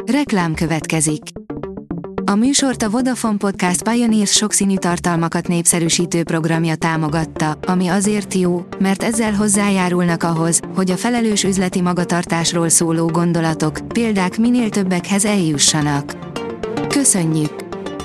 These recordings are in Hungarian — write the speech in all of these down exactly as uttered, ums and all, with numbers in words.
Reklám következik. A műsort a Vodafone Podcast Pioneers sokszínű tartalmakat népszerűsítő programja támogatta, ami azért jó, mert ezzel hozzájárulnak ahhoz, hogy a felelős üzleti magatartásról szóló gondolatok, példák minél többekhez eljussanak. Köszönjük!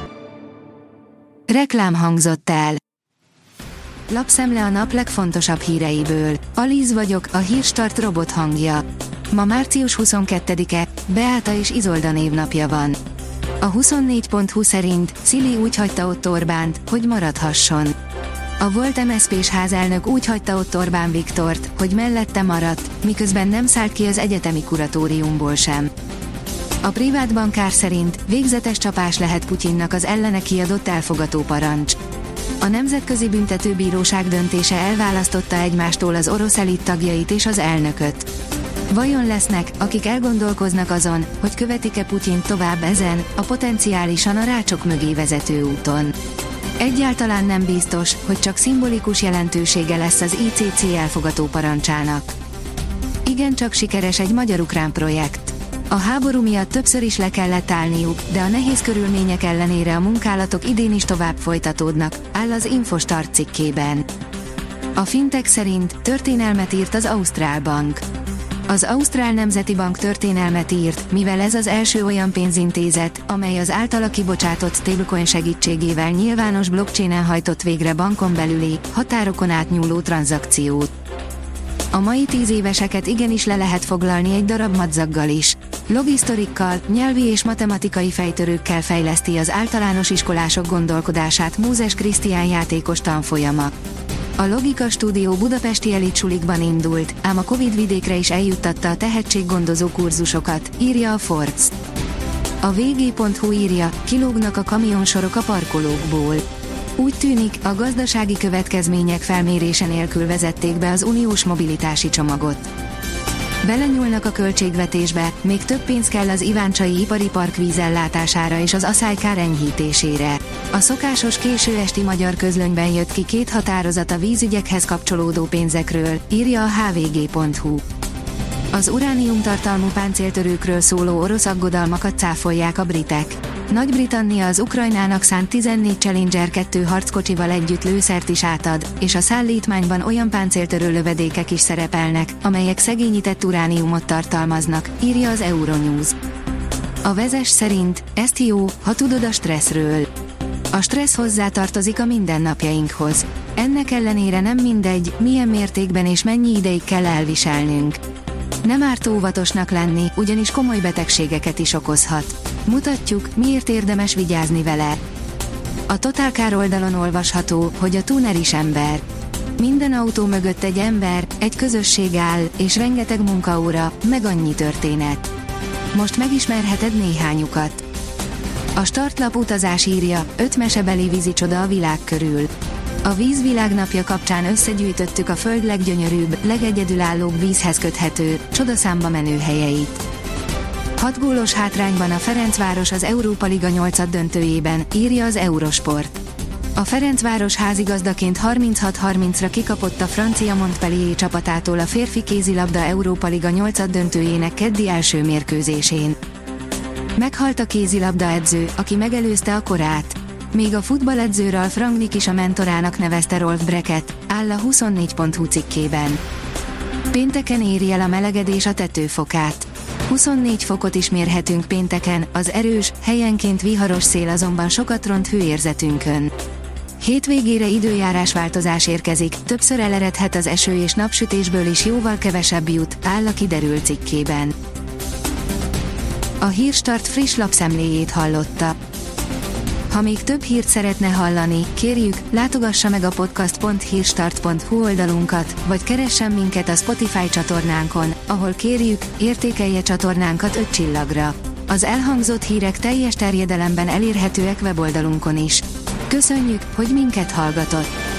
Reklám hangzott el. Lapszemle a nap legfontosabb híreiből. Alíz vagyok, a Hírstart robot hangja. Ma március huszonkettedike, Beáta és Izolda névnapja van. A huszonnégy pont hu szerint Szili úgy hagyta ott Orbánt, hogy maradhasson. A volt em es zé pés házelnök úgy hagyta ott Orbán Viktort, hogy mellette maradt, miközben nem szállt ki az egyetemi kuratóriumból sem. A privát bankár szerint végzetes csapás lehet Putyinnak az ellene kiadott elfogató parancs. A Nemzetközi Büntetőbíróság döntése elválasztotta egymástól az orosz elit tagjait és az elnököt. Vajon lesznek, akik elgondolkoznak azon, hogy követik-e Putyint tovább ezen, a potenciálisan a rácsok mögé vezető úton? Egyáltalán nem biztos, hogy csak szimbolikus jelentősége lesz az i cé cé elfogató parancsának. Igencsak sikeres egy magyar-ukrán projekt. A háború miatt többször is le kellett állniuk, de a nehéz körülmények ellenére a munkálatok idén is tovább folytatódnak, áll az Infostart cikkében. A Fintech szerint történelmet írt az Ausztrál Bank. Az Ausztrál Nemzeti Bank történelmet írt, mivel ez az első olyan pénzintézet, amely az általa kibocsátott stablecoin segítségével nyilvános blockchainen hajtott végre bankon belüli, határokon átnyúló tranzakciót. A mai tíz éveseket igenis le lehet foglalni egy darab madzaggal is. Logisztorikkal, nyelvi és matematikai fejtörőkkel fejleszti az általános iskolások gondolkodását Mózes Krisztián játékos tanfolyama. A Logika Stúdió budapesti elitsulikban indult, ám a Covid vidékre is eljuttatta a tehetséggondozó kurzusokat, írja a Forbes. A vg pont hu írja, kilógnak a kamionsorok a parkolókból. Úgy tűnik, a gazdasági következmények felmérése nélkül vezették be az uniós mobilitási csomagot. Belenyúlnak a költségvetésbe, még több pénz kell az iváncsai ipari park vízellátására és az aszálykár enyhítésére. A szokásos késő esti magyar közlönyben jött ki két határozat a vízügyekhez kapcsolódó pénzekről, írja a há vé gé pont hu. Az urániumtartalmú páncéltörőkről szóló orosz aggodalmakat cáfolják a britek. Nagy-Britannia az Ukrajnának szánt tizennégy Challenger kettő harckocsival együtt lőszert is átad, és a szállítmányban olyan páncéltörő lövedékek is szerepelnek, amelyek szegényített urániumot tartalmaznak, írja az Euronews. A Vezes szerint ezt jó, ha tudod a stresszről. A stressz hozzátartozik a mindennapjainkhoz. Ennek ellenére nem mindegy, milyen mértékben és mennyi ideig kell elviselnünk. Nem árt óvatosnak lenni, ugyanis komoly betegségeket is okozhat. Mutatjuk, miért érdemes vigyázni vele. A Total Car oldalon olvasható, hogy a tuner is ember. Minden autó mögött egy ember, egy közösség áll, és rengeteg munkaóra, meg annyi történet. Most megismerheted néhányukat. A Startlap utazás írja, öt mesebeli vízicsoda a világ körül. A Vízvilágnapja kapcsán összegyűjtöttük a Föld leggyönyörűbb, legegyedülállóbb vízhez köthető, csodaszámba menő helyeit. Hat gólos hátrányban a Ferencváros az Európa Liga nyolcad döntőjében, írja az Eurosport. A Ferencváros házigazdaként harminchat harmincra kikapott a francia Montpellier csapatától a férfi kézilabda Európa Liga nyolcad döntőjének keddi első mérkőzésén. Meghalt a kézilabda edző, aki megelőzte a korát. Még a futballedző Ralf Rangnick is a mentorának nevezte Rolf Brecket, áll a huszonnégy pont hu cikkében. Pénteken éri el a melegedés a tetőfokát. huszonnégy fokot is mérhetünk pénteken, az erős, helyenként viharos szél azonban sokat ront hőérzetünkön. Hétvégére időjárásváltozás érkezik, többször eleredhet az eső és napsütésből is jóval kevesebb jut, áll a Kiderült cikkében. A Hírstart friss lapszemléjét hallotta. Ha még több hírt szeretne hallani, kérjük, látogassa meg a podcast pont hírstart pont hu oldalunkat, vagy keressen minket a Spotify csatornánkon, ahol kérjük, értékelje csatornánkat öt csillagra. Az elhangzott hírek teljes terjedelemben elérhetőek weboldalunkon is. Köszönjük, hogy minket hallgatott!